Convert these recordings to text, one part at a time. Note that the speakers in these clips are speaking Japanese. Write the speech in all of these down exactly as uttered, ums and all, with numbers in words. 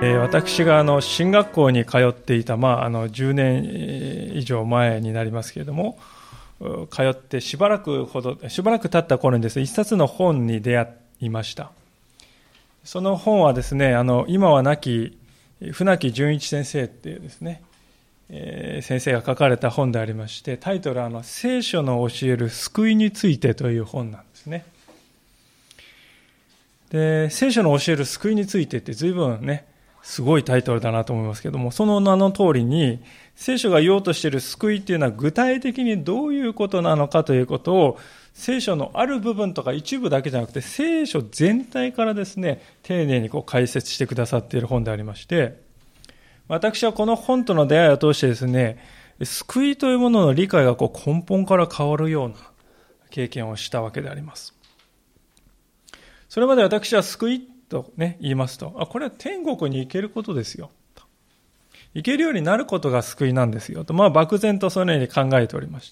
私があの進学校に通っていた、まあ、あのじゅうねん以上前になりますけれども、通ってしばらくほどしばらく経った頃にですね、一冊の本に出会いました。その本はですね、あの今は亡き船木純一先生っていうですね、えー、先生が書かれた本でありまして、タイトルはあの聖書の教える救いについてという本なんですね。で、聖書の教える救いについてって随分ね、すごいタイトルだなと思いますけども、その名の通りに聖書が言おうとしている救いっていうのは具体的にどういうことなのかということを、聖書のある部分とか一部だけじゃなくて聖書全体からですね、丁寧にこう解説してくださっている本でありまして、私はこの本との出会いを通してですね、救いというものの理解がこう根本から変わるような経験をしたわけであります。それまで私は救いとね、言いますと、あ、これは天国に行けることですよ。行けるようになることが救いなんですよ。と、まあ漠然とそのように考えておりました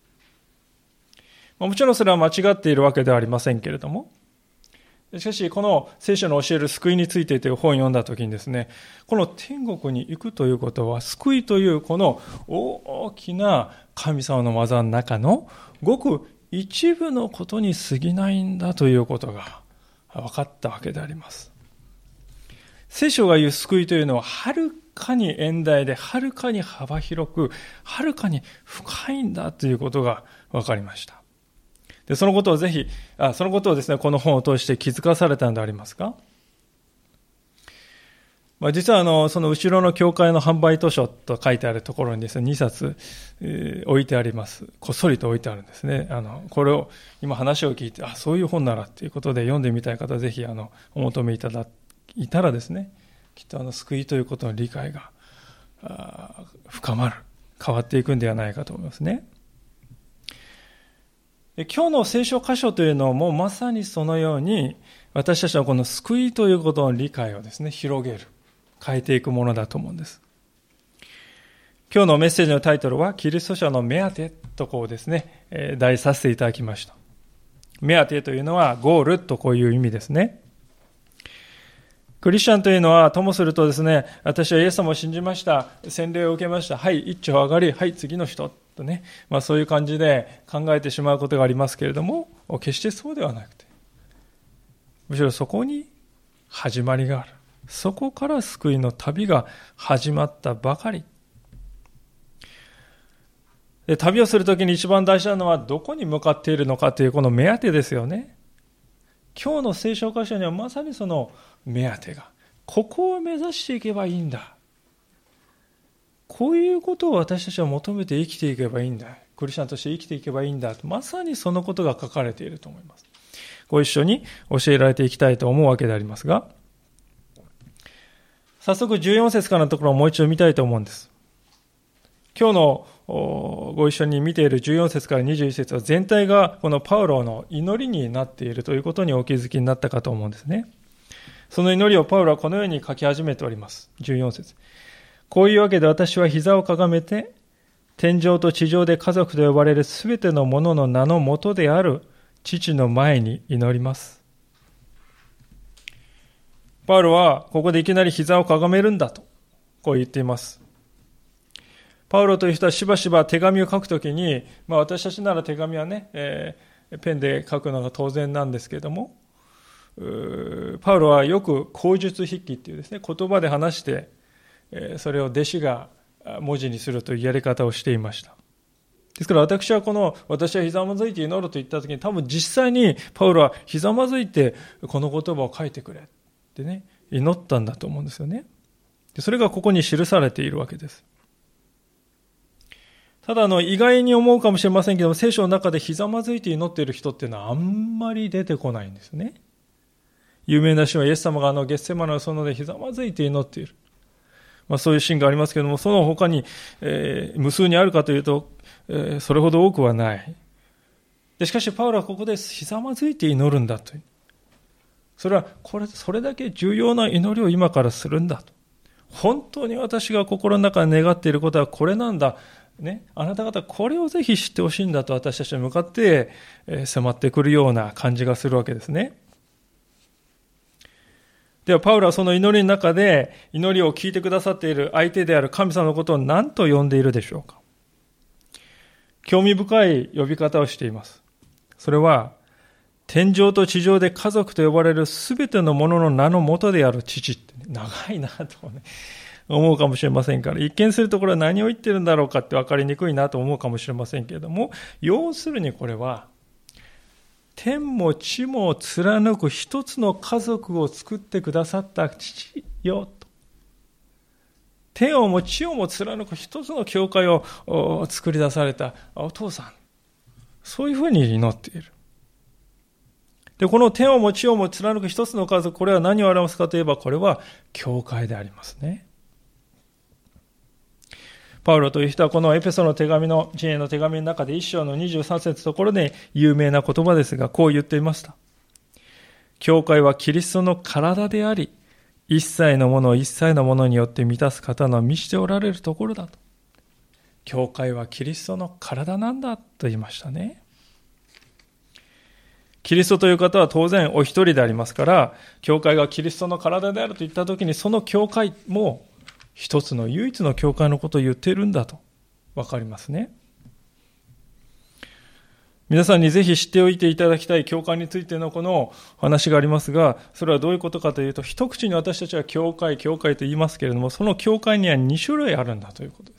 。もちろんそれは間違っているわけではありませんけれども、しかしこの聖書の教える救いについてという本を読んだときにですね、この天国に行くということは、救いというこの大きな神様の技の中のごく一部のことに過ぎないんだということが分かったわけであります。聖書が言う救いというのははるかに遠大で、はるかに幅広く、はるかに深いんだということが分かりました。で、そのことをぜひ、あ、そのことをですね、この本を通して気づかされたのでありますか？まあ、実はあの、その後ろの教会の販売図書と書いてあるところにですね、にさつ、えー、置いてあります。こっそりと置いてあるんですね。あの、これを今話を聞いて、あ、そういう本ならということで読んでみたい方はぜひあの、お求めいただいたらですね、きっとあの、救いということの理解が深まる、変わっていくんではないかと思いますね。今日の聖書箇所というのもまさにそのように、私たちはこの救いということの理解をですね、広げる、変えていくものだと思うんです。今日のメッセージのタイトルは、キリスト者の目当てとこうですね、題させていただきました。目当てというのはゴールとこういう意味ですね。クリスチャンというのは、ともするとですね、私はイエス様を信じました、洗礼を受けました、はい、一丁上がり、はい、次の人とね、まあそういう感じで考えてしまうことがありますけれども、決してそうではなくて、むしろそこに始まりがある。そこから救いの旅が始まったばかり。で、旅をするときに一番大事なのはどこに向かっているのかというこの目当てですよね。今日の聖書箇所にはまさにその目当てが、ここを目指していけばいいんだ。こういうことを私たちは求めて生きていけばいいんだ。クリスチャンとして生きていけばいいんだ。まさにそのことが書かれていると思います。ご一緒に教えられていきたいと思うわけでありますが、早速じゅうよん節からのところをもう一度見たいと思うんです。今日のご一緒に見ているじゅうよん節からにじゅういち節は全体がこのパウロの祈りになっているということにお気づきになったかと思うんですね。その祈りをパウロはこのように書き始めております。じゅうよん節。こういうわけで私は膝をかがめて、天上と地上で家族と呼ばれるすべてのものの名の元である父の前に祈ります。パウロはここでいきなり膝をかがめるんだと、こう言っています。パウロという人はしばしば手紙を書くときに、まあ私たちなら手紙はね、えー、ペンで書くのが当然なんですけれども、パウロはよく口述筆記っていうですね、言葉で話して、それを弟子が文字にするというやり方をしていました。ですから私はこの、私はひざまずいて祈ると言ったときに、多分実際にパウロはひざまずいてこの言葉を書いてくれってね、祈ったんだと思うんですよね。それがここに記されているわけです。ただあの意外に思うかもしれませんけども、聖書の中でひざまずいて祈っている人っていうのはあんまり出てこないんですね。有名なシーンはイエス様があのゲッセマネの園でひざまずいて祈っている。まあそういうシーンがありますけれども、その他に、えー、無数にあるかというと、えー、それほど多くはない。でしかしパウロはここでひざまずいて祈るんだという。それはこれ、それだけ重要な祈りを今からするんだと。本当に私が心の中で願っていることはこれなんだ。ね、あなた方これをぜひ知ってほしいんだと私たちに向かって迫ってくるような感じがするわけですね。 では、パウロはその祈りの中で、祈りを聞いてくださっている相手である神様のことを何と呼んでいるでしょうか。興味深い呼び方をしています。それは、天上と地上で家族と呼ばれるすべてのものの名の元である父って、ね、長いなと、ね、思うかもしれませんから、一見するとこれは何を言ってるんだろうかって分かりにくいなと思うかもしれませんけれども、要するにこれは、天も地も貫く一つの家族を作ってくださった父よと。天をも地をも貫く一つの教会を作り出されたお父さん。そういうふうに祈っている。で、この天をも地をも貫く一つの家族、これは何を表すかといえば、これは教会でありますね。パウロという人はこのエペソの手紙の、知恵の手紙の中で一章のにじゅうさん節のところで有名な言葉ですが、こう言っていました。教会はキリストの体であり、一切のものを一切のものによって満たす方の満ちておられるところだと。教会はキリストの体なんだと言いましたね。キリストという方は当然お一人でありますから、教会がキリストの体であると言ったときに、その教会も一つの唯一の教会のことを言っているんだとわかりますね。皆さんにぜひ知っておいていただきたい教会についてのこの話がありますが、それはどういうことかというと、一口に私たちは教会、教会と言いますけれども、その教会にはに種類あるんだということです。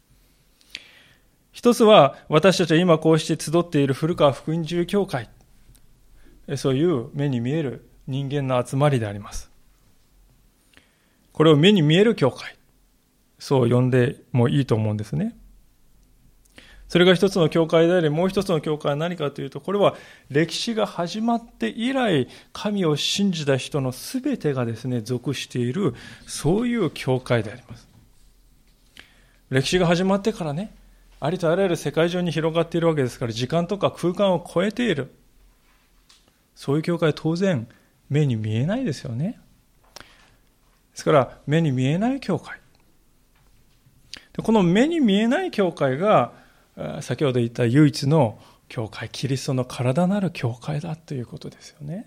一つは、私たちは今こうして集っている古川福音住教会、そういう目に見える人間の集まりであります。これを目に見える教会、そう呼んでもいいと思うんですね。それが一つの教会であり、もう一つの教会は何かというと、これは歴史が始まって以来、神を信じた人のすべてがですね、属している、そういう教会であります。歴史が始まってからね、ありとあらゆる世界中に広がっているわけですから、時間とか空間を超えている。そういう教会は当然、目に見えないですよね。ですから、目に見えない教会。この目に見えない教会が、先ほど言った唯一の教会、キリストの体なる教会だということですよね。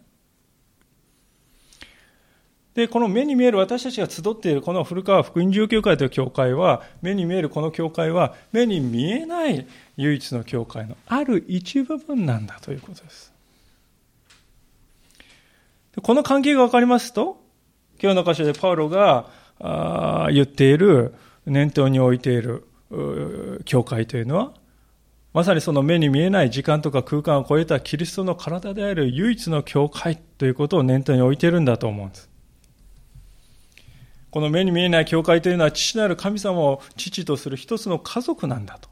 で、この目に見える私たちが集っているこの古川福音住教会という教会は、目に見えるこの教会は、目に見えない唯一の教会のある一部分なんだということです。この関係が分かりますと、今日の箇所でパウロが言っている、念頭に置いている教会というのは、まさにその目に見えない時間とか空間を超えたキリストの体である唯一の教会ということを念頭に置いているんだと思うんです。この目に見えない教会というのは、父なる神様を父とする一つの家族なんだと。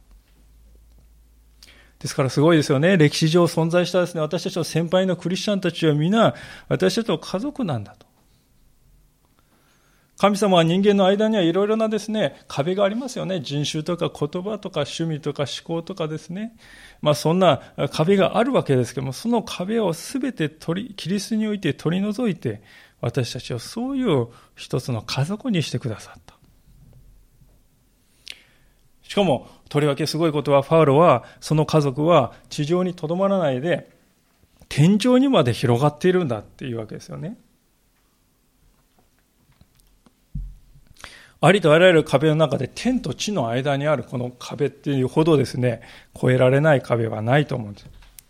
ですからすごいですよね。歴史上存在したですね、私たちの先輩のクリスチャンたちは皆、私たちの家族なんだと。神様は人間の間にはいろいろなですね、壁がありますよね。人種とか言葉とか趣味とか思考とかですね。まあそんな壁があるわけですけども、その壁をすべて取り、キリストにおいて取り除いて、私たちをそういう一つの家族にしてくださった。しかも、とりわけすごいことは、パウロは、その家族は地上にとどまらないで、天井にまで広がっているんだっていうわけですよね。ありとあらゆる壁の中で天と地の間にあるこの壁っていうほどですね、越えられない壁はないと思うんです。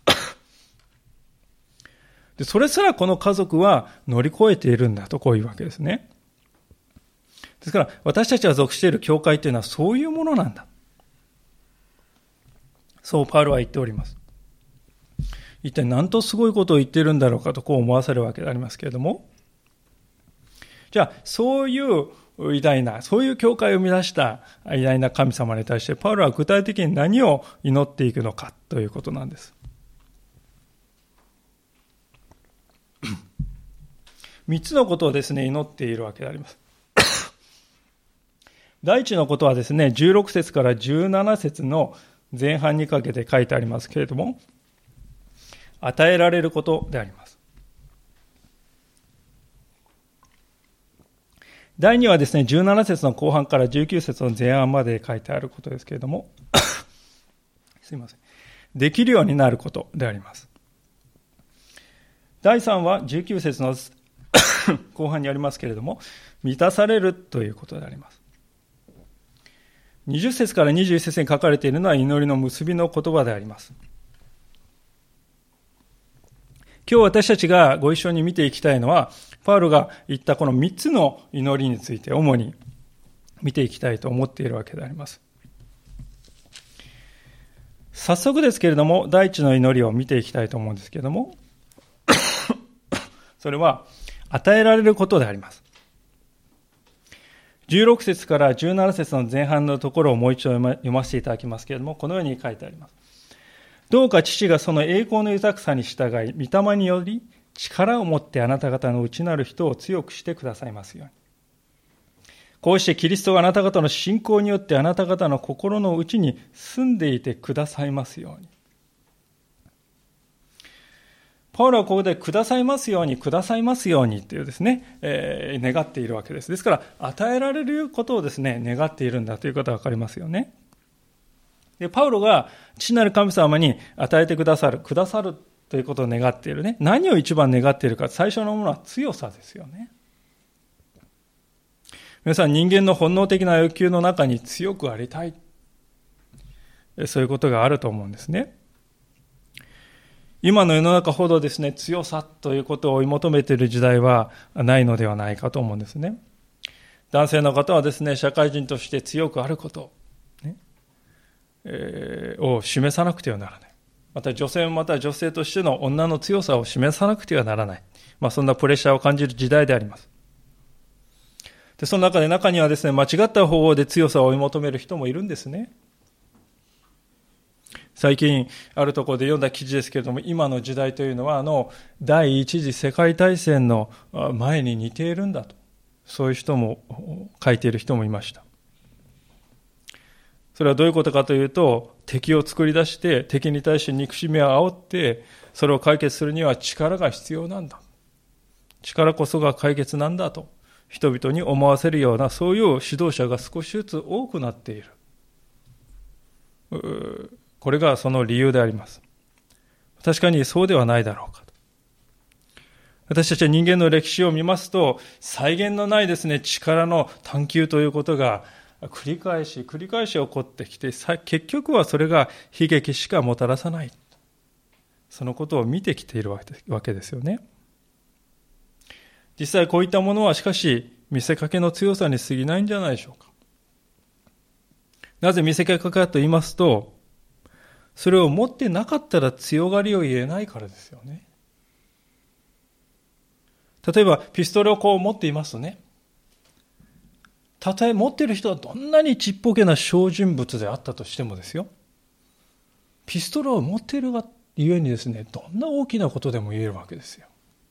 で、それすらこの家族は乗り越えているんだと、こういうわけですね。ですから、私たちが属している教会というのはそういうものなんだ。そうパウロは言っております。一体何とすごいことを言っているんだろうかとこう思わされるわけでありますけれども、じゃあそういう偉大な、そういう教会を生み出した偉大な神様に対してパウロは具体的に何を祈っていくのかということなんです。三つのことをですね、祈っているわけであります。第一のことはですね、じゅうろく節からじゅうなな節の前半にかけて書いてありますけれども、与えられることであります。第二はですね、じゅうなな節の後半からじゅうきゅう節の前半まで書いてあることですけれども、すいません。できるようになることであります。第三はじゅうきゅう節の後半にありますけれども、満たされるということであります。にじゅっ節からにじゅういち節に書かれているのは祈りの結びの言葉であります。今日私たちがご一緒に見ていきたいのは、パウロが言ったこのみっつの祈りについて主に見ていきたいと思っているわけであります。早速ですけれども、第一の祈りを見ていきたいと思うんですけれども、それは与えられることであります。じゅうろく節からじゅうなな節の前半のところをもう一度読ませていただきますけれども、このように書いてあります。どうか父がその栄光の豊かさに従い、御霊により力を持ってあなた方の内なる人を強くしてくださいますように。こうしてキリストがあなた方の信仰によってあなた方の心の内に住んでいてくださいますように。パウロはここでくださいますように、くださいますようにというですね、えー、願っているわけです。ですから、与えられることをですね、願っているんだということがわかりますよね。で、パウロが父なる神様に与えてくださる、くださるということを願っているね。何を一番願っているか、最初のものは強さですよね。皆さん、人間の本能的な欲求の中に強くありたい。そういうことがあると思うんですね。今の世の中ほどですね、強さということを追い求めている時代はないのではないかと思うんですね。男性の方はですね、社会人として強くあること、ねえー、を示さなくてはならない。また女性もまた女性としての女の強さを示さなくてはならない。まあ、そんなプレッシャーを感じる時代であります。で、その中で中にはですね、間違った方法で強さを追い求める人もいるんですね。最近あるところで読んだ記事ですけれども、今の時代というのはあの第一次世界大戦の前に似ているんだと、そういう人も書いている人もいました。それはどういうことかというと、敵を作り出して敵に対して憎しみを煽ってそれを解決するには力が必要なんだ、力こそが解決なんだと人々に思わせるような、そういう指導者が少しずつ多くなっている。これがその理由であります。確かにそうではないだろうかと。私たちは人間の歴史を見ますと、際限のないですね、力の探求ということが繰り返し繰り返し起こってきて、結局はそれが悲劇しかもたらさない。そのことを見てきているわけですよね。実際こういったものはしかし見せかけの強さに過ぎないんじゃないでしょうか。なぜ見せかけかと言いますと、それを持ってなかったら強がりを言えないからですよね。例えばピストルをこう持っていますとね、たとえ持っている人はどんなにちっぽけな小人物であったとしてもですよ、ピストルを持っているがゆえにですね、どんな大きなことでも言えるわけですよ。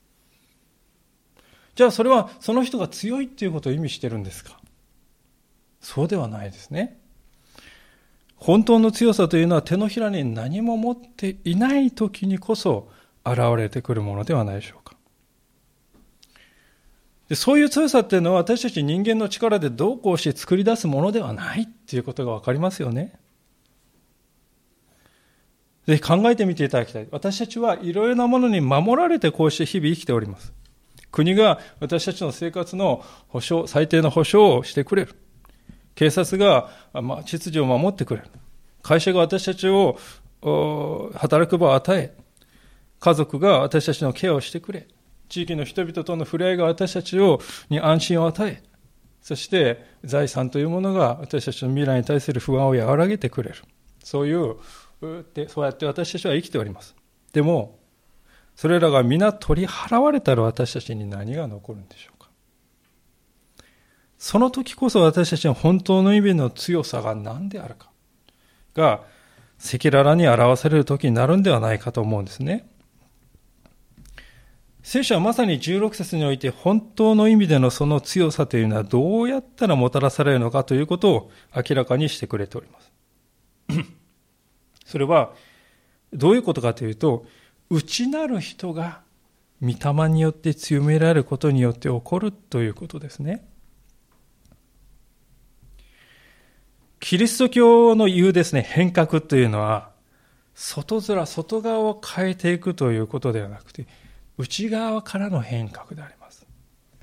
じゃあそれはその人が強いっていうことを意味してるんですか？そうではないですね。本当の強さというのは手のひらに何も持っていない時にこそ現れてくるものではないでしょうか。で、そういう強さっていうのは私たち人間の力でどうこうして作り出すものではないっていうことがわかりますよね。ぜひ考えてみていただきたい。私たちはいろいろなものに守られてこうして日々生きております。国が私たちの生活の保障、最低の保障をしてくれる。警察が、まあ、秩序を守ってくれる。会社が私たちを働く場を与え、家族が私たちのケアをしてくれ、地域の人々との触れ合いが私たちをに安心を与え、そして財産というものが私たちの未来に対する不安を和らげてくれる。そういうそうやって私たちは生きております。でもそれらが皆取り払われたら私たちに何が残るんでしょうか。その時こそ私たちの本当の意味の強さが何であるかが赤裸々に表される時になるんではないかと思うんですね。聖書はまさにじゅうろく節において本当の意味でのその強さというのはどうやったらもたらされるのかということを明らかにしてくれております。それはどういうことかというと、内なる人が御霊によって強められることによって起こるということですね。キリスト教の言うですね、変革というのは外面、外側を変えていくということではなくて、内側からの変革であります。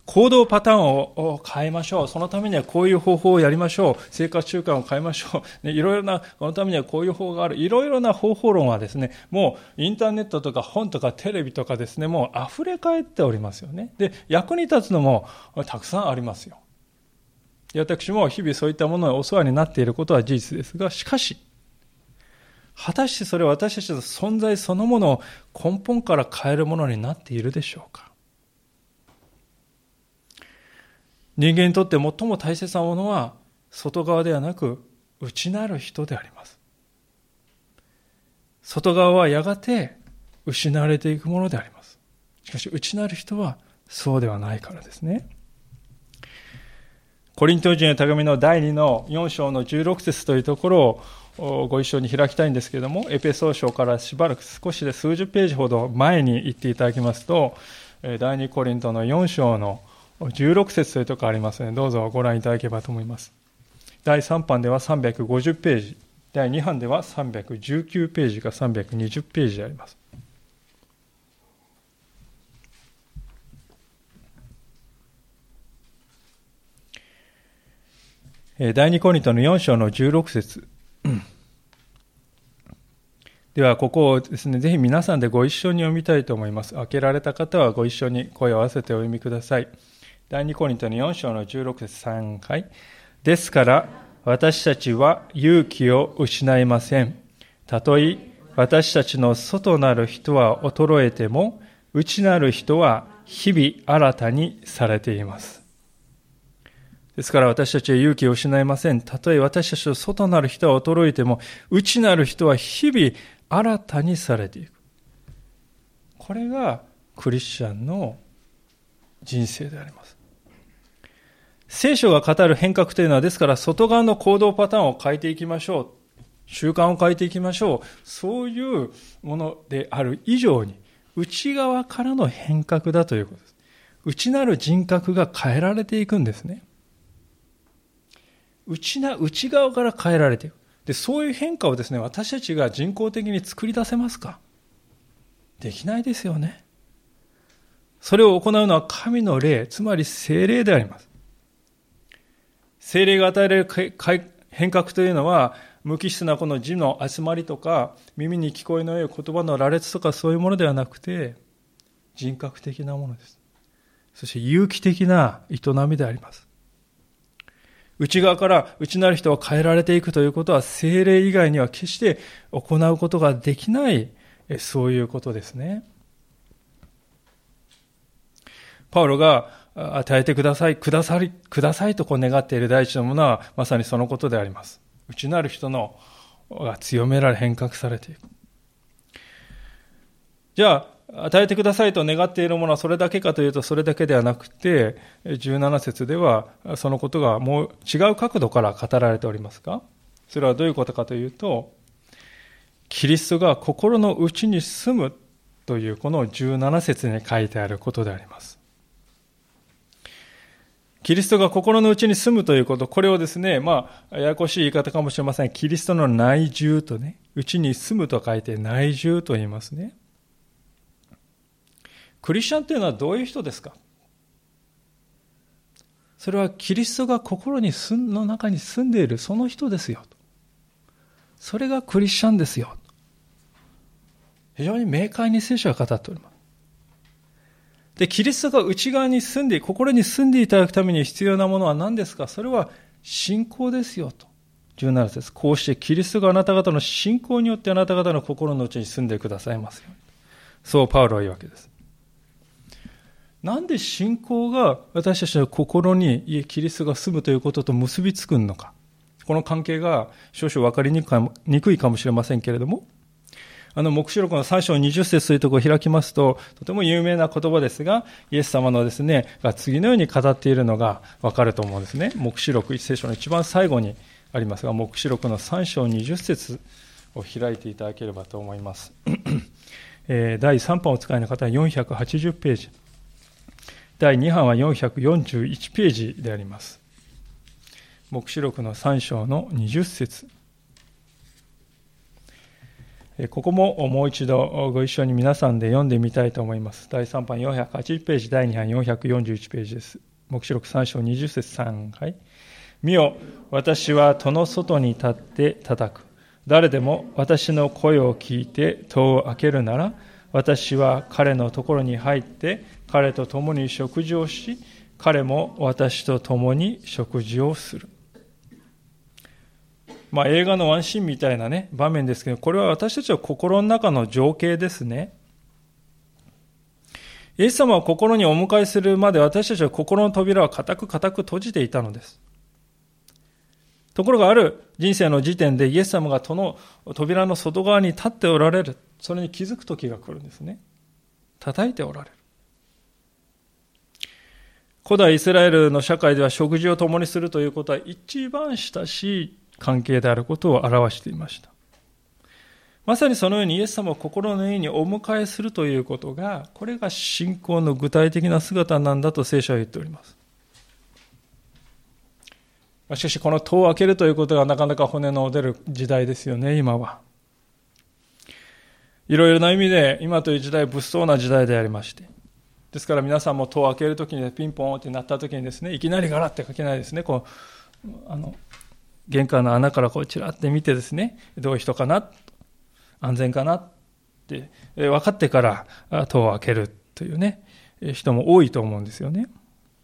行動パターンを変えましょう。そのためにはこういう方法をやりましょう。生活習慣を変えましょう。ね、いろいろな、このためにはこういう方法がある。いろいろな方法論はですね、もうインターネットとか本とかテレビとかですね、もう溢れ返っておりますよね。で、役に立つのもたくさんありますよ。私も日々そういったものにお世話になっていることは事実ですが、しかし、果たしてそれは私たちの存在そのものを根本から変えるものになっているでしょうか。人間にとって最も大切なものは外側ではなく内なる人であります。外側はやがて失われていくものであります。しかし内なる人はそうではないからですね。コリント人への手紙のだいにのよん章のじゅうろく節というところをご一緒に開きたいんですけれども、エペソ書からしばらく少しで数十ページほど前に行っていただきますと、だいにコリントのよん章のじゅうろく節というところありますので、どうぞご覧いただければと思います。だいさん版ではさんびゃくごじゅうページ、だいに版ではさんびゃくじゅうきゅうページかさんびゃくにじゅうページであります。だいにコリントのよん章のじゅうろく節ではここをですね、ぜひ皆さんでご一緒に読みたいと思います。開けられた方はご一緒に声を合わせてお読みください。だいにコリントのよん章のじゅうろく節さんかい。ですから私たちは勇気を失いません。たとえ私たちの外なる人は衰えても、内なる人は日々新たにされています。ですから私たちは勇気を失いません。たとえ私たちの外なる人は衰えても、内なる人は日々新たにされていく。これがクリスチャンの人生であります。聖書が語る変革というのは、ですから外側の行動パターンを変えていきましょう。習慣を変えていきましょう。そういうものである以上に、内側からの変革だということです。内なる人格が変えられていくんですね。内な、内側から変えられていく。で、そういう変化をですね、私たちが人工的に作り出せますか？できないですよね。それを行うのは神の霊、つまり聖霊であります。聖霊が与えられる変革というのは、無機質なこの字の集まりとか、耳に聞こえの良い言葉の羅列とかそういうものではなくて、人格的なものです。そして有機的な営みであります。内側から内なる人を変えられていくということは、聖霊以外には決して行うことができない、そういうことですね。パウロが与えてください、くださり、くださいとこう願っている第一のものは、まさにそのことであります。内なる人のが強められ変革されていく。じゃあ、与えてくださいと願っているものはそれだけかというと、それだけではなくて、じゅうなな節ではそのことがもう違う角度から語られておりますが、それはどういうことかというと、キリストが心の内に住むというこのじゅうなな節に書いてあることであります。キリストが心の内に住むということ、これをですね、まあ、ややこしい言い方かもしれません。キリストの内住とね、内に住むと書いて内住と言いますね。クリスチャンというのはどういう人ですか？それはキリストが心に住んの中に住んでいるその人ですよ。それがクリスチャンですよ。非常に明快に聖書が語っております。で、キリストが内側に住んで、心に住んでいただくために必要なものは何ですか？それは信仰ですよと。じゅうなな節。こうしてキリストがあなた方の信仰によってあなた方の心の内に住んでくださいますように。そうパウロは言うわけです。なんで信仰が私たちの心にキリストが住むということと結びつくのか。この関係が少々分かりにくいかもしれませんけれども、あの、黙示録のさん章にじゅっ節というところを開きますと、とても有名な言葉ですが、イエス様のですね、が次のように語っているのが分かると思うんですね。黙示録聖書の一番最後にありますが、黙示録のさん章にじゅっ節を開いていただければと思います。えー、だいさん版をお使いの方はよんひゃくはちじゅうページ。だいに版はよんひゃくよんじゅういちページであります。黙示録のさん章のにじゅっ節。 ここももう一度ご一緒に皆さんで読んでみたいと思います。だいさん版よんひゃくはちじゅうページ、だいに版よんひゃくよんじゅういちページです。黙示録さん章にじゅう節さん、はい。見よ、私は戸の外に立って叩く。誰でも私の声を聞いて戸を開けるなら、私は彼のところに入って彼と共に食事をし、彼も私と共に食事をする。まあ、映画のワンシーンみたいなね、場面ですけど、これは私たちは心の中の情景ですね。イエス様を心にお迎えするまで私たちは心の扉は固く固く閉じていたのです。ところがある人生の時点でイエス様が戸の扉の外側に立っておられる。それに気づく時が来るんですね。叩いておられる。古代イスラエルの社会では食事を共にするということは一番親しい関係であることを表していました。まさにそのようにイエス様を心の家にお迎えするということが、これが信仰の具体的な姿なんだと聖書は言っております。しかしこの戸を開けるということがなかなか骨の出る時代ですよね、今は。いろいろな意味で今という時代は物騒な時代でありまして。ですから皆さんも戸を開けるときにピンポンってなったときにですね、いきなりガラってかけないですね、こう、あの、玄関の穴からこうチラって見てですね、どういう人かな、安全かなって分かってから戸を開けるというね、人も多いと思うんですよね。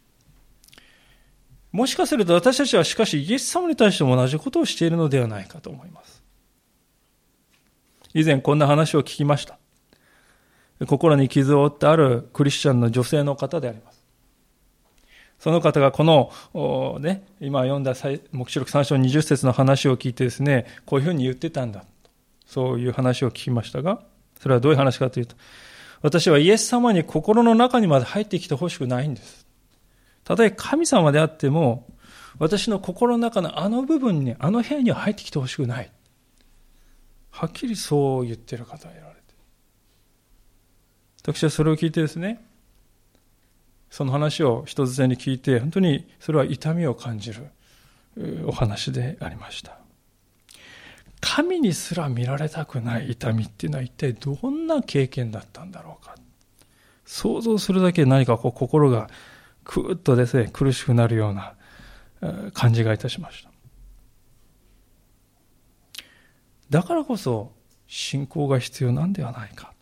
もしかすると私たちはしかしイエス様に対しても同じことをしているのではないかと思います。以前こんな話を聞きました。心に傷を負ってあるクリスチャンの女性の方であります。その方がこの、ね、今読んだ黙示録さん章にじゅう節の話を聞いてですね、こういうふうに言ってたんだ。そういう話を聞きましたが、それはどういう話かというと、私はイエス様に心の中にまで入ってきてほしくないんです。たとえ神様であっても、私の心の中のあの部分に、あの部屋には入ってきてほしくない。はっきりそう言っている方がいられて。私はそれを聞いてですね、その話を人づてに聞いて、本当にそれは痛みを感じるお話でありました。神にすら見られたくない痛みっていうのは一体どんな経験だったんだろうか。想像するだけで何かこう心がくーっとですね、苦しくなるような感じがいたしました。だからこそ信仰が必要なんではないか。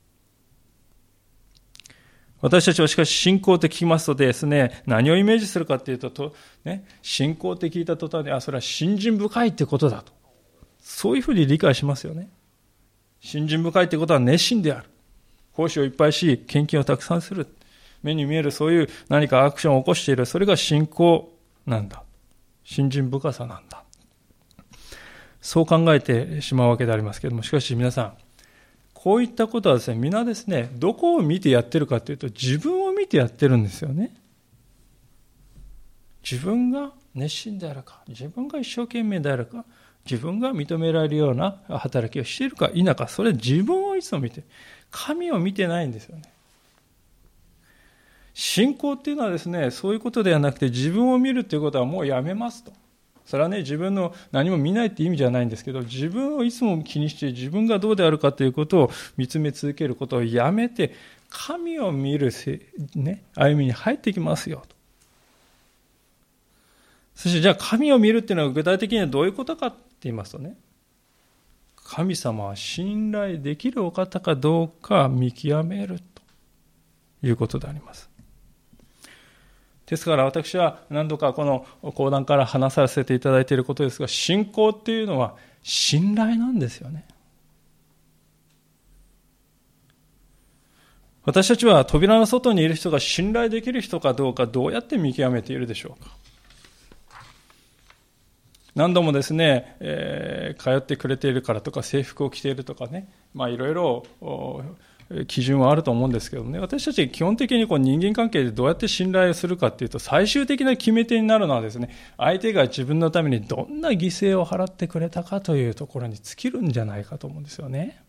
私たちはしかし信仰って聞きますとですね、何をイメージするかっていうと、とね、信仰って聞いた途端に、あ、それは信心深いってことだと。そういうふうに理解しますよね。信心深いってことは熱心である。奉仕をいっぱいし、献金をたくさんする。目に見えるそういう何かアクションを起こしている。それが信仰なんだ。信心深さなんだ。そう考えてしまうわけでありますけれども、しかし皆さん、こういったことはですね、皆ですね、どこを見てやってるかというと、自分を見てやってるんですよね。自分が熱心であるか、自分が一生懸命であるか、自分が認められるような働きをしているか否か、それ自分をいつも見て、神を見てないんですよね。信仰っていうのはですね、そういうことではなくて、自分を見るということはもうやめますと。それはね、自分の何も見ないって意味じゃないんですけど、自分をいつも気にして自分がどうであるかということを見つめ続けることをやめて、神を見る、ね、歩みに入ってきますよと。そしてじゃあ神を見るっていうのは具体的にはどういうことかって言いますとね、神様は信頼できるお方かどうか見極めるということであります。ですから私は何度かこの講談から話させていただいていることですが、信仰っていうのは信頼なんですよね。私たちは扉の外にいる人が信頼できる人かどうかどうやって見極めているでしょうか。何度もですね、えー、通ってくれているからとか制服を着ているとかね、まあいろいろ基準はあると思うんですけどね、私たち基本的にこう人間関係でどうやって信頼をするかっていうと、最終的な決め手になるのはですね、相手が自分のためにどんな犠牲を払ってくれたかというところに尽きるんじゃないかと思うんですよね。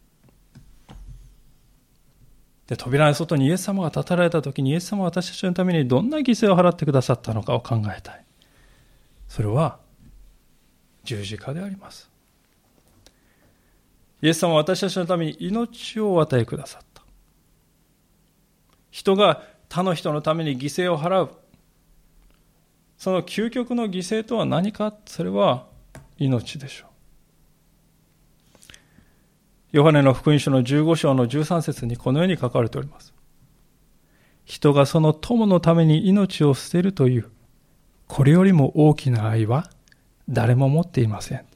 で、扉の外にイエス様が立たれた時に、イエス様は私たちのためにどんな犠牲を払ってくださったのかを考えたい。それは十字架であります。イイエス様は私たちのために命をお与えくださった。人が他の人のために犠牲を払う。その究極の犠牲とは何か、それは命でしょう。ヨハネの福音書のじゅうご章のじゅうさん節にこのように書かれております。人がその友のために命を捨てるという、これよりも大きな愛は誰も持っていません。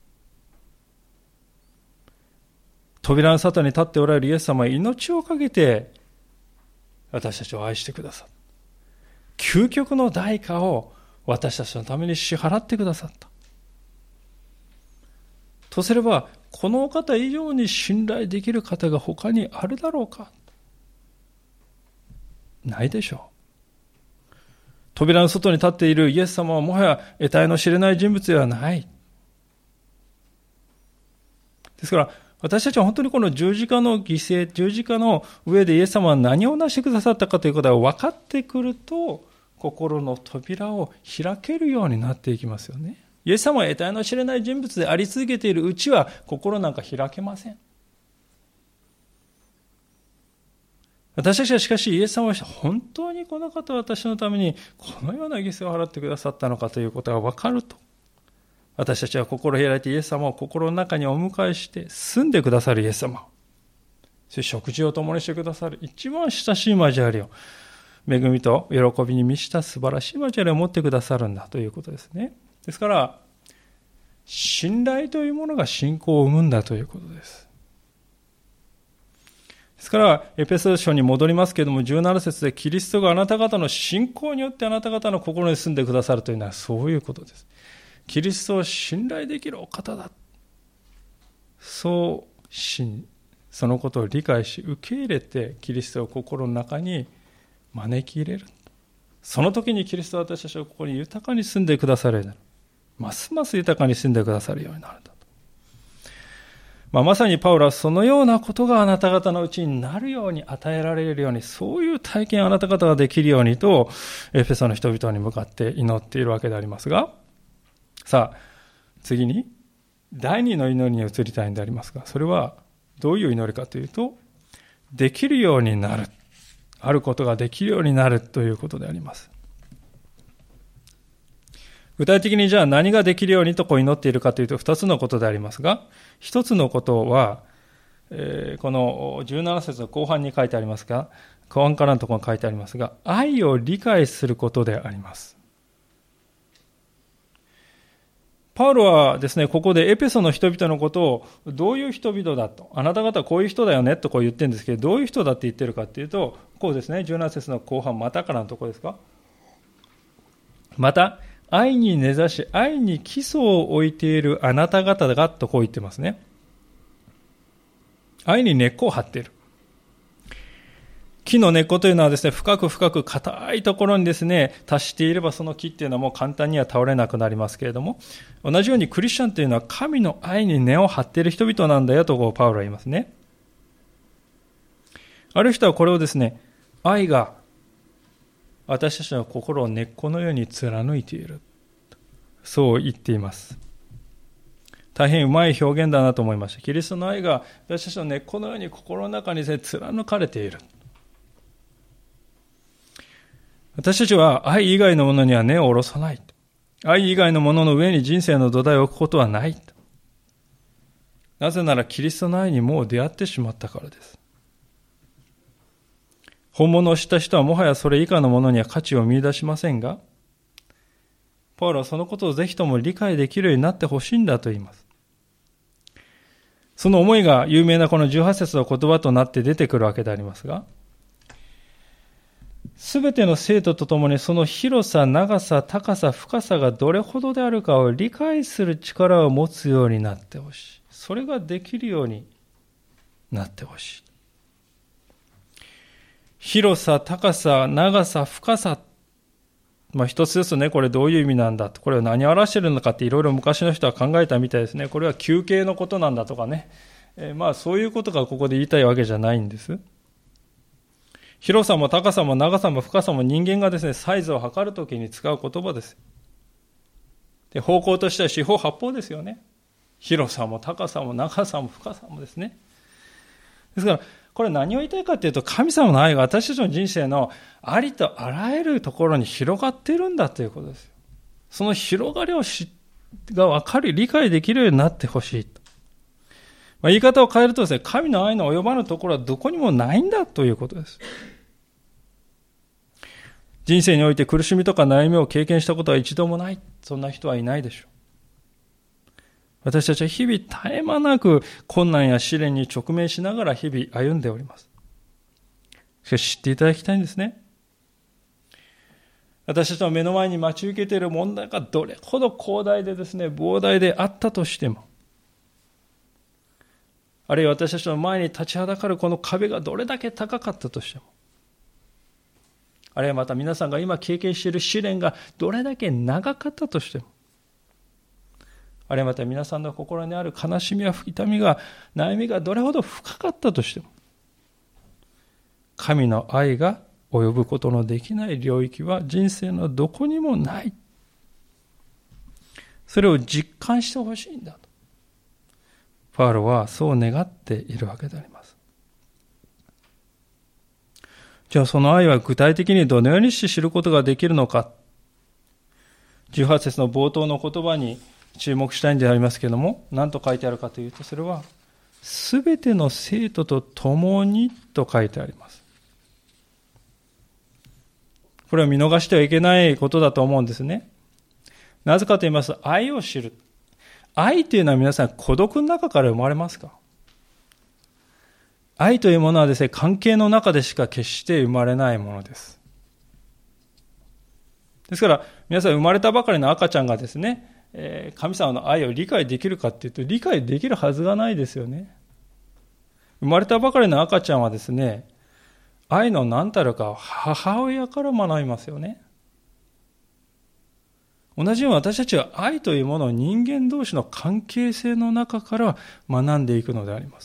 扉の外に立っておられるイエス様は命をかけて私たちを愛してくださった。究極の代価を私たちのために支払ってくださった。とすれば、このお方以上に信頼できる方が他にあるだろうか。ないでしょう。扉の外に立っているイエス様はもはや得体の知れない人物ではない。ですから、私たちは本当にこの十字架の犠牲、十字架の上でイエス様は何をなしてくださったかということが分かってくると、心の扉を開けるようになっていきますよね。イエス様は得体の知れない人物であり続けているうちは心なんか開けません。私たちはしかしイエス様は本当にこの方は私のためにこのような犠牲を払ってくださったのかということが分かると、私たちは心を開いてイエス様を心の中にお迎えして住んでくださるイエス様、そして食事を共にしてくださる一番親しい交わりを、恵みと喜びに満ちた素晴らしい交わりを持ってくださるんだということですね。ですから信頼というものが信仰を生むんだということです。ですからエペソ書に戻りますけれども、じゅうなな節でキリストがあなた方の信仰によってあなた方の心に住んでくださるというのはそういうことです。キリストを信頼できるお方だ、そう信そのことを理解し受け入れてキリストを心の中に招き入れる。その時にキリストは私たちをここに豊かに住んでくださるようになる。ますます豊かに住んでくださるようになるんだと。まあ、まさにパウロはそのようなことがあなた方のうちになるように与えられるように、そういう体験をあなた方ができるようにとエペソの人々に向かって祈っているわけでありますが、さあ次に第二の祈りに移りたいんでありますが、それはどういう祈りかというと、できるようになる、あることができるようになるということであります。具体的にじゃあ何ができるようにとこう祈っているかというと二つのことでありますが、一つのことは、えー、このじゅうなな節の後半に書いてありますが、後半からのところに書いてありますが、愛を理解することであります。パウロはですね、ここでエペソの人々のことをどういう人々だと、あなた方はこういう人だよねとこう言ってるんですけど、どういう人だって言ってるかっていうと、こうですね、じゅうなな節の後半またからのところですか。また愛に根ざし愛に基礎を置いているあなた方がとこう言ってますね。愛に根っこを張っている。木の根っこというのはですね、深く深く硬いところにですね達していれば、その木っていうのはもう簡単には倒れなくなりますけれども、同じようにクリスチャンというのは神の愛に根を張っている人々なんだよとこうパウロは言いますね。ある人はこれをですね、愛が私たちの心を根っこのように貫いている、そう言っています。大変うまい表現だなと思いました。キリストの愛が私たちの根っこのように心の中に貫かれている。私たちは愛以外のものには根を下ろさない。愛以外のものの上に人生の土台を置くことはない。なぜならキリストの愛にもう出会ってしまったからです。本物を知った人はもはやそれ以下のものには価値を見出しませんが、パウロはそのことをぜひとも理解できるようになってほしいんだと言います。その思いが有名なこのじゅうはち節の言葉となって出てくるわけでありますが、すべての生徒とともにその広さ、長さ、高さ、深さがどれほどであるかを理解する力を持つようになってほしい。それができるようになってほしい。広さ、高さ、長さ、深さ。まあ一つずつね、これどういう意味なんだと、これは何を表しているのかっていろいろ昔の人は考えたみたいですね。これは球形のことなんだとかね。えー、まあそういうことがここで言いたいわけじゃないんです。広さも高さも長さも深さも人間がですね、サイズを測るときに使う言葉です。で、方向としては四方八方ですよね。 広さも高さも長さも深さもですね。ですから、これ何を言いたいかというと、神様の愛が私たちの人生のありとあらゆるところに広がっているんだということですよ。その広がりを知が分かり、理解できるようになってほしいと。まあ、言い方を変えるとですね、神の愛の及ばぬところはどこにもないんだということです。人生において苦しみとか悩みを経験したことは一度もない。そんな人はいないでしょう。私たちは日々絶え間なく困難や試練に直面しながら日々歩んでおります。しかし知っていただきたいんですね。私たちの目の前に待ち受けている問題がどれほど広大でですね、膨大であったとしても、あるいは私たちの前に立ちはだかるこの壁がどれだけ高かったとしても、あるいはまた皆さんが今経験している試練がどれだけ長かったとしても、あるいはまた皆さんの心にある悲しみや痛みが、悩みがどれほど深かったとしても、神の愛が及ぶことのできない領域は人生のどこにもない。それを実感してほしいんだと。パウロはそう願っているわけであります。じゃあその愛は具体的にどのようにして知ることができるのか。じゅうはち節の冒頭の言葉に注目したいんでありますけれども、何と書いてあるかというと、それはすべての生徒と共にと書いてあります。これは見逃してはいけないことだと思うんですね。なぜかと言いますと、愛を知る。愛というのは皆さん孤独の中から生まれますか？愛というものはですね、関係の中でしか決して生まれないものです。ですから皆さん生まれたばかりの赤ちゃんがですね、神様の愛を理解できるかというと、理解できるはずがないですよね。生まれたばかりの赤ちゃんはですね、愛の何たるかを母親から学びますよね。同じように私たちは愛というものを人間同士の関係性の中から学んでいくのであります。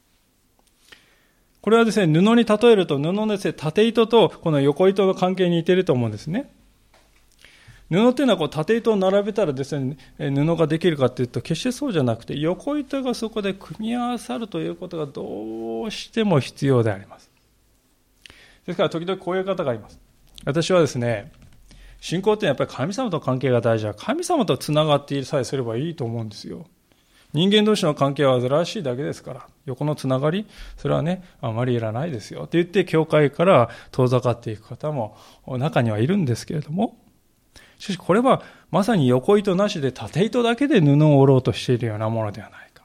これはですね、布に例えると、布のですね、縦糸とこの横糸の関係に似ていると思うんですね。布っていうのはこう縦糸を並べたらですね、布ができるかというと決してそうじゃなくて、横糸がそこで組み合わさるということがどうしても必要であります。ですから時々こういう方がいます。私はですね、信仰ってやっぱり神様と関係が大事だ。神様とつながってさえすればいいと思うんですよ。人間同士の関係は煩わしいだけですから、横のつながり、それはね、あまりいらないですよって言って教会から遠ざかっていく方も中にはいるんですけれども、しかしこれはまさに横糸なしで縦糸だけで布を織ろうとしているようなものではないか。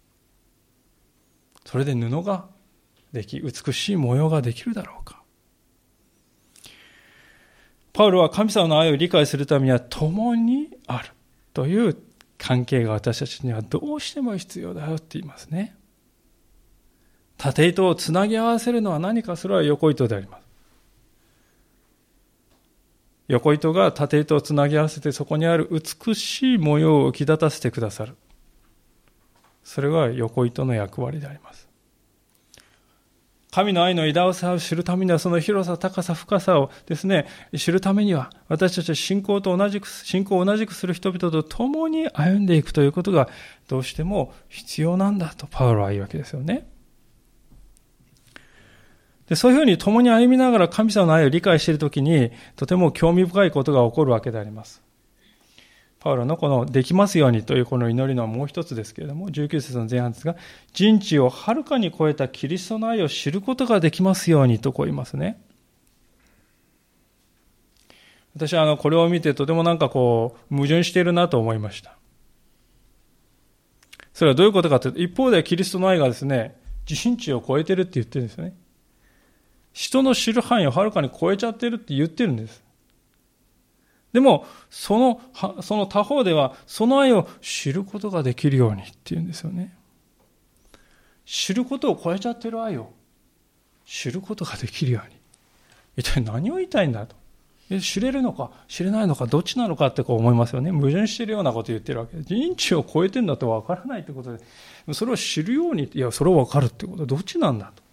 それで布ができ、美しい模様ができるだろうか。パウロは神様の愛を理解するためには共にあるという関係が私たちにはどうしても必要だよって言いますね。縦糸をつなぎ合わせるのは何か、それは横糸であります。横糸が縦糸をつなぎ合わせて、そこにある美しい模様を浮き立たせてくださる。それが横糸の役割であります。神の愛の偉大さを知るためには、その広さ、高さ、深さをですね、知るためには、私たちは信仰と同じく、信仰を同じくする人々と共に歩んでいくということがどうしても必要なんだとパウロは言うわけですよね。で、そういうふうに共に歩みながら神様の愛を理解しているときに、とても興味深いことが起こるわけであります。パウロのこのできますようにというこの祈りのもう一つですけれども、じゅうきゅう節の前半ですが、人知をはるかに超えたキリストの愛を知ることができますようにとこう言いますね。私はあのこれを見てとてもなんかこう矛盾しているなと思いました。それはどういうことかというと、一方でキリストの愛がですね、人知を超えてるって言ってるんですよね。人の知る範囲をはるかに超えちゃってるって言ってるんです。でも、その、その他方では、その愛を知ることができるようにっていうんですよね。知ることを超えちゃってる愛を知ることができるように。一体何を言いたいんだと。知れるのか知れないのかどっちなのかってこう思いますよね。矛盾しているようなことを言ってるわけで、人知を超えてるんだと分からないってことで、それを知るように、いやそれを分かるってことはどっちなんだと。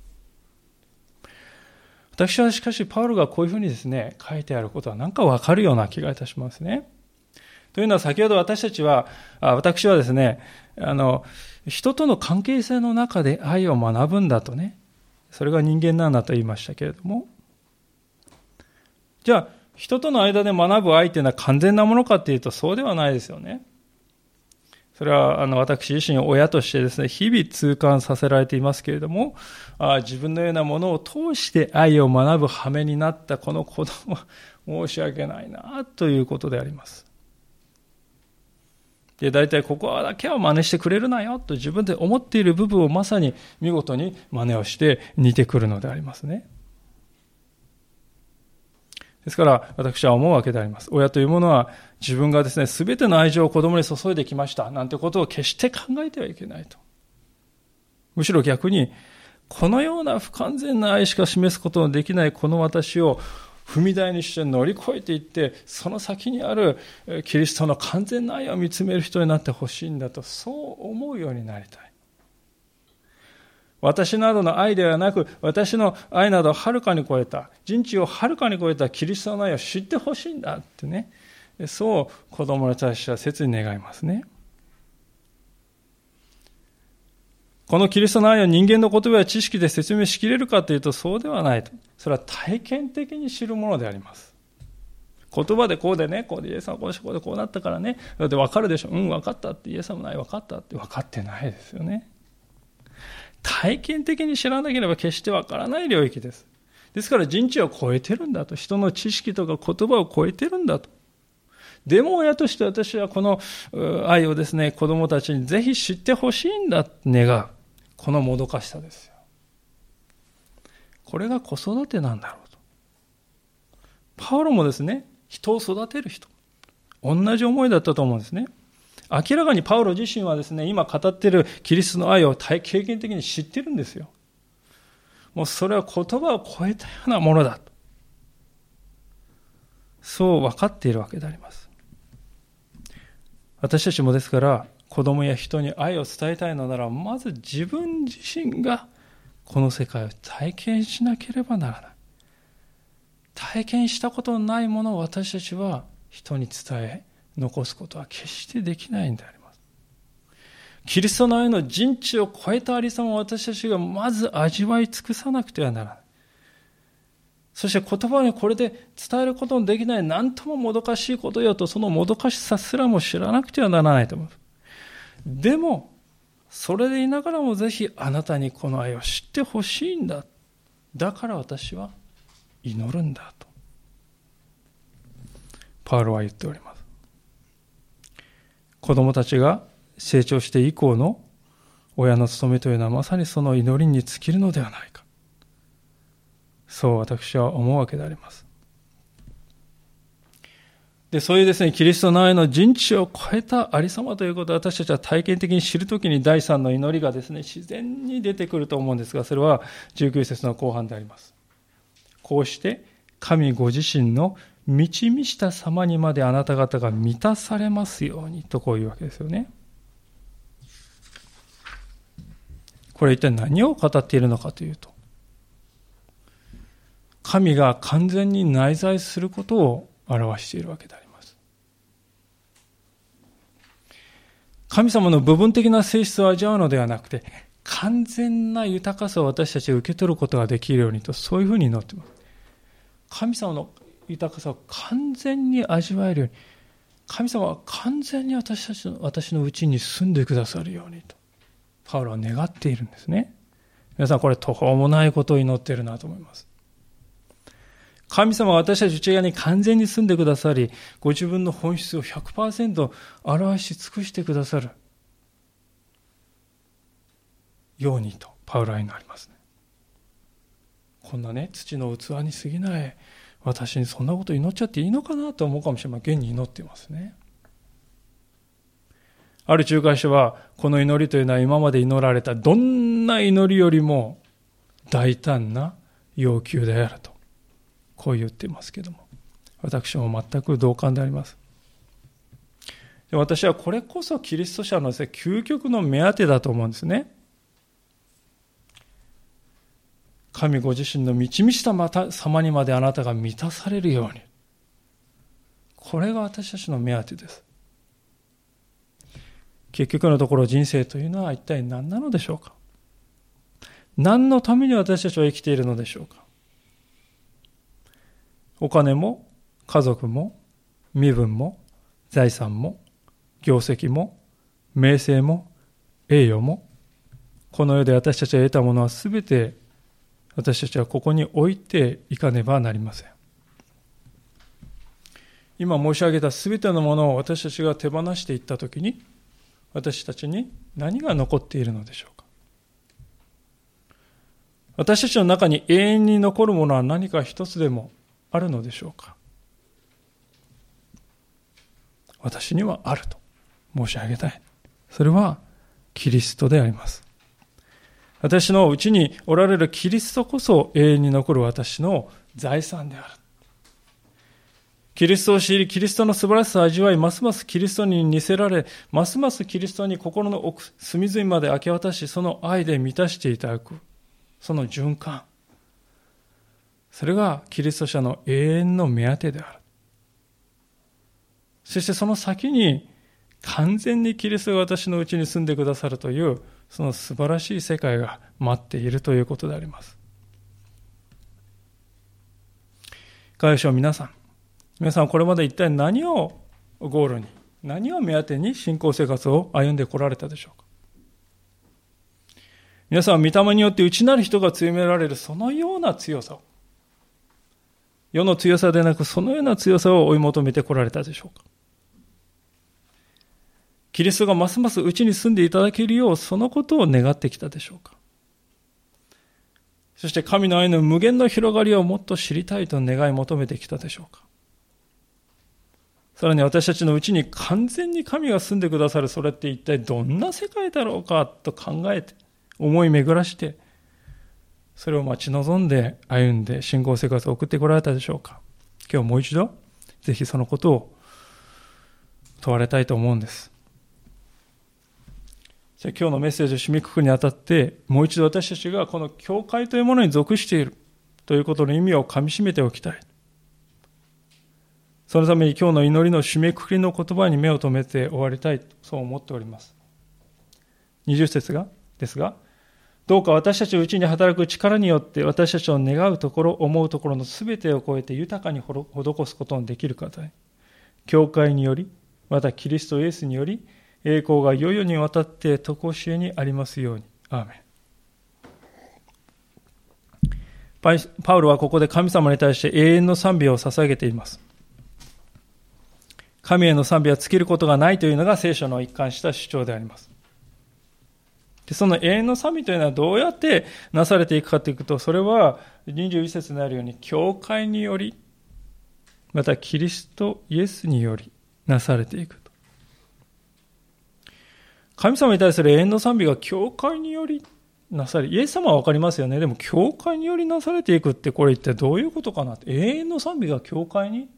私はしかしパウロがこういうふうにですね書いてあることはなんか分かるような気がいたしますね。 というのは先ほど私たちは、あ私はですね、あの、人との関係性の中で愛を学ぶんだとね、それが人間なんだと言いましたけれども、じゃあ、人との間で学ぶ愛というのは完全なものかというとそうではないですよね。それはあの私自身親としてですね、日々痛感させられていますけれども、あ自分のようなものを通して愛を学ぶ羽目になったこの子供は申し訳ないなということであります。で、大体ここだけは真似してくれるなよと自分で思っている部分をまさに見事に真似をして似てくるのでありますね。ですから私は思うわけであります。親というものは自分がですね、すべての愛情を子供に注いできましたなんてことを決して考えてはいけないと。むしろ逆に、このような不完全な愛しか示すことのできないこの私を踏み台にして乗り越えていって、その先にあるキリストの完全な愛を見つめる人になってほしいんだと、そう思うようになりたい。私などの愛ではなく、私の愛などをはるかに超えた、人知をはるかに超えたキリストの愛を知ってほしいんだってね、そう子供に対しては切に願いますね。このキリストの愛を人間の言葉や知識で説明しきれるかというとそうではないと。それは体験的に知るものであります。言葉でこうでね、こうでイエス様はこうしてこうでこうなったからね、だって分かるでしょ。うん、分かったって、イエス様の愛分かったって分かってないですよね。体験的に知らなければ決して分からない領域です。ですから人知を超えてるんだと。人の知識とか言葉を超えてるんだと。でも親として私はこの愛をですね、子供たちにぜひ知ってほしいんだと願う。このもどかしさですよ。これが子育てなんだろうと。パウロもですね、人を育てる人。同じ思いだったと思うんですね。明らかにパウロ自身はですね、今語っているキリストの愛を経験的に知ってるんですよ。もうそれは言葉を超えたようなものだと。そう分かっているわけであります。私たちもですから、子供や人に愛を伝えたいのなら、まず自分自身がこの世界を体験しなければならない。体験したことのないものを私たちは人に伝え、残すことは決してできないんであります。キリストの愛の人知を超えたありさまを私たちがまず味わい尽くさなくてはならない。そして言葉にこれで伝えることのできない何とももどかしいことよと、そのもどかしさすらも知らなくてはならないと思う。でも、それでいながらもぜひあなたにこの愛を知ってほしいんだ。だから私は祈るんだと。パウロは言っております。子供たちが成長して以降の親の務めというのはまさにその祈りに尽きるのではないか。そう私は思うわけであります。で、そういうですね、キリストの愛の人知を超えたありさまということを私たちは体験的に知るときに第三の祈りがですね、自然に出てくると思うんですが、それはじゅうきゅう節の後半であります。こうして神ご自身の満ち満ちた様にまであなた方が満たされますようにとこういうわけですよね。これ一体何を語っているのかというと、神が完全に内在することを表しているわけであります。神様の部分的な性質を味わうのではなくて、完全な豊かさを私たちが受け取ることができるようにと、そういうふうに祈っています。神様の豊かさを完全に味わえるように、神様は完全に私たちの私のうちに住んでくださるようにとパウロは願っているんですね。皆さんこれ途方もないことを祈っているなと思います。神様は私たち内側に完全に住んでくださり、ご自分の本質を ひゃくパーセント 表し尽くしてくださるようにとパウロは祈りますね。こんなね、土の器に過ぎない私にそんなこと祈っちゃっていいのかなと思うかもしれません。現に祈っていますね。ある仲介者はこの祈りというのは今まで祈られたどんな祈りよりも大胆な要求であるとこう言っていますけれども、私も全く同感であります。で、私はこれこそキリスト者のですね、究極の目当てだと思うんですね。神ご自身の満ち満ちた様にまであなたが満たされるように。これが私たちの目当てです。 結局のところ人生というのは一体何なのでしょうか。何のために私たちは生きているのでしょうか。お金も家族も身分も財産も業績も名声も栄誉も、この世で私たちが得たものはすべて私たちはここに置いていかねばなりません。今申し上げたすべてのものを私たちが手放していったときに、私たちに何が残っているのでしょうか。私たちの中に永遠に残るものは何か一つでもあるのでしょうか。私にはあると申し上げたい。それはキリストであります。私のうちにおられるキリストこそ永遠に残る私の財産である。キリストを知り、キリストの素晴らしさを味わい、ますますキリストに似せられ、ますますキリストに心の奥、隅々まで明け渡し、その愛で満たしていただく。その循環。それがキリスト者の永遠の目当てである。そしてその先に完全にキリストが私のうちに住んでくださるという、その素晴らしい世界が待っているということであります。いかがでしょう、皆さん。皆さんはこれまで一体何をゴールに、何を目当てに信仰生活を歩んでこられたでしょうか。皆さんは御霊によって内なる人が強められるそのような強さを、世の強さでなくそのような強さを追い求めてこられたでしょうか。キリストがますます内に住んでいただけるよう、そのことを願ってきたでしょうか。そして神の愛の無限の広がりをもっと知りたいと願い求めてきたでしょうか。さらに私たちのうちに完全に神が住んでくださる、それって一体どんな世界だろうかと考えて、思い巡らして、それを待ち望んで歩んで信仰生活を送ってこられたでしょうか。今日もう一度、ぜひそのことを問われたいと思うんです。じゃあ今日のメッセージを締めくくるにあたって、もう一度私たちがこの教会というものに属しているということの意味をかみしめておきたい。そのために今日の祈りの締めくくりの言葉に目を留めて終わりたいと、そう思っております。にじゅっ節がですが、どうか私たちのうちに働く力によって私たちの願うところ、思うところのすべてを超えて豊かに施すことのできる方へ、教会により、またキリストイエスにより、栄光が世々にわたって常しえにありますように。アーメン。パウロはここで神様に対して永遠の賛美を捧げています。神への賛美は尽きることがないというのが聖書の一貫した主張であります。でその永遠の賛美というのはどうやってなされていくかというと、それはにじゅういち節にあるように、教会により、またキリストイエスによりなされていくと。神様に対する永遠の賛美が教会によりなされ、イエス様はわかりますよね。でも教会によりなされていくって、これ一体どういうことかなって。永遠の賛美が教会に、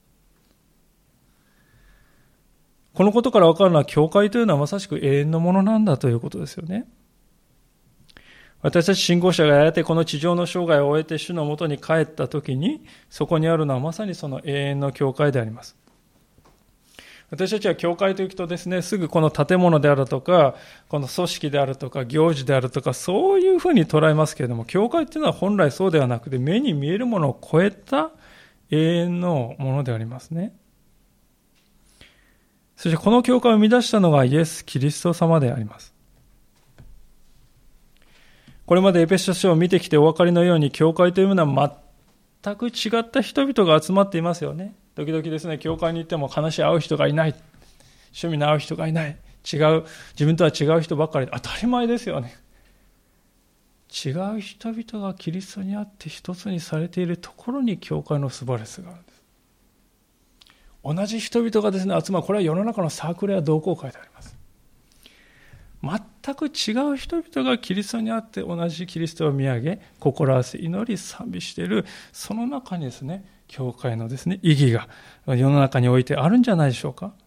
このことから分かるのは、教会というのはまさしく永遠のものなんだということですよね。私たち信仰者がやがてこの地上の生涯を終えて主のもとに帰ったときに、そこにあるのはまさにその永遠の教会であります。私たちは教会というとですね、すぐこの建物であるとか、この組織であるとか、行事であるとか、そういうふうに捉えますけれども、教会というのは本来そうではなくて、目に見えるものを超えた永遠のものでありますね。そしてこの教会を生み出したのがイエス・キリスト様であります。これまでエペソ書を見てきてお分かりのように、教会というのは全く違った人々が集まっていますよね。時々ですね、教会に行っても話し合う人がいない、趣味の合う人がいない、違う、自分とは違う人ばっかりで、当たり前ですよね。違う人々がキリストにあって一つにされているところに教会の素晴らしさがあるんです。同じ人々がですね、集まる、これは世の中のサークルや同好会であります。全く違う人々がキリストにあって同じキリストを見上げ、心合わせ、祈り、賛美している、その中にですね、教会のですね、意義が世の中においてあるんじゃないでしょうか。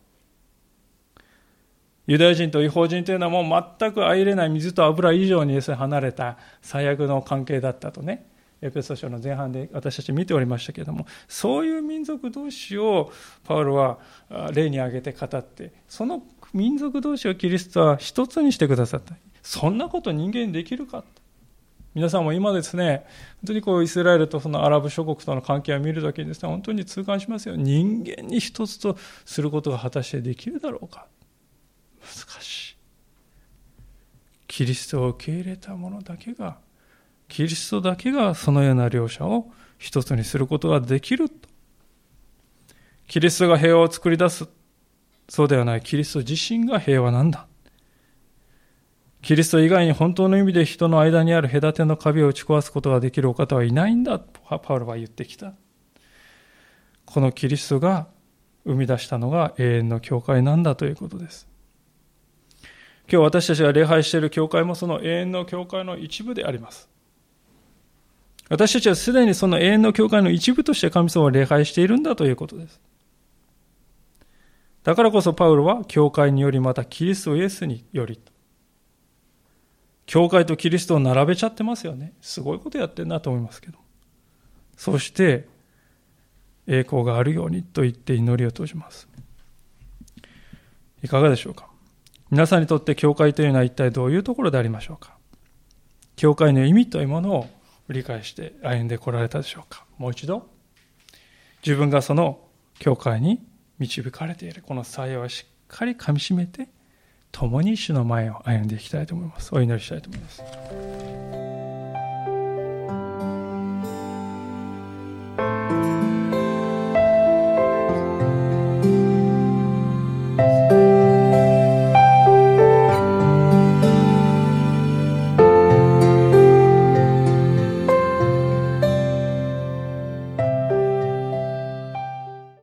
ユダヤ人と異邦人というのはもう全く相入れない、水と油以上にですね、離れた最悪の関係だったとね、 エペソ書の前半で私たち見ておりましたけれども、そういう民族同士をパウロは例に挙げて語って、その民族同士をキリストは一つにしてくださった。そんなこと人間にできるか。皆さんも今ですね、本当にこうイスラエルとそのアラブ諸国との関係を見るときにですね、本当に痛感しますよ。人間に一つとすることが果たしてできるだろうか。難しい。キリストを受け入れた者だけが、キリストだけがそのような両者を一つにすることができると。キリストが平和を作り出す。そうではない。キリスト自身が平和なんだ。キリスト以外に本当の意味で人の間にある隔ての壁を打ち壊すことができるお方はいないんだとパウロは言ってきた。このキリストが生み出したのが永遠の教会なんだということです。今日私たちが礼拝している教会もその永遠の教会の一部であります。私たちはすでにその永遠の教会の一部として神様を礼拝しているんだということです。だからこそパウロは教会によりまたキリストイエスにより、教会とキリストを並べちゃってますよね。すごいことやってんなと思いますけど。そして栄光があるようにと言って祈りを閉じます。いかがでしょうか。皆さんにとって教会というのは一体どういうところでありましょうか。教会の意味というものを理解して歩んでこられたでしょうか。もう一度自分がその教会に導かれているこの幸いをしっかりかみしめて、共に主の前を歩んでいきたいと思います。お祈りしたいと思います。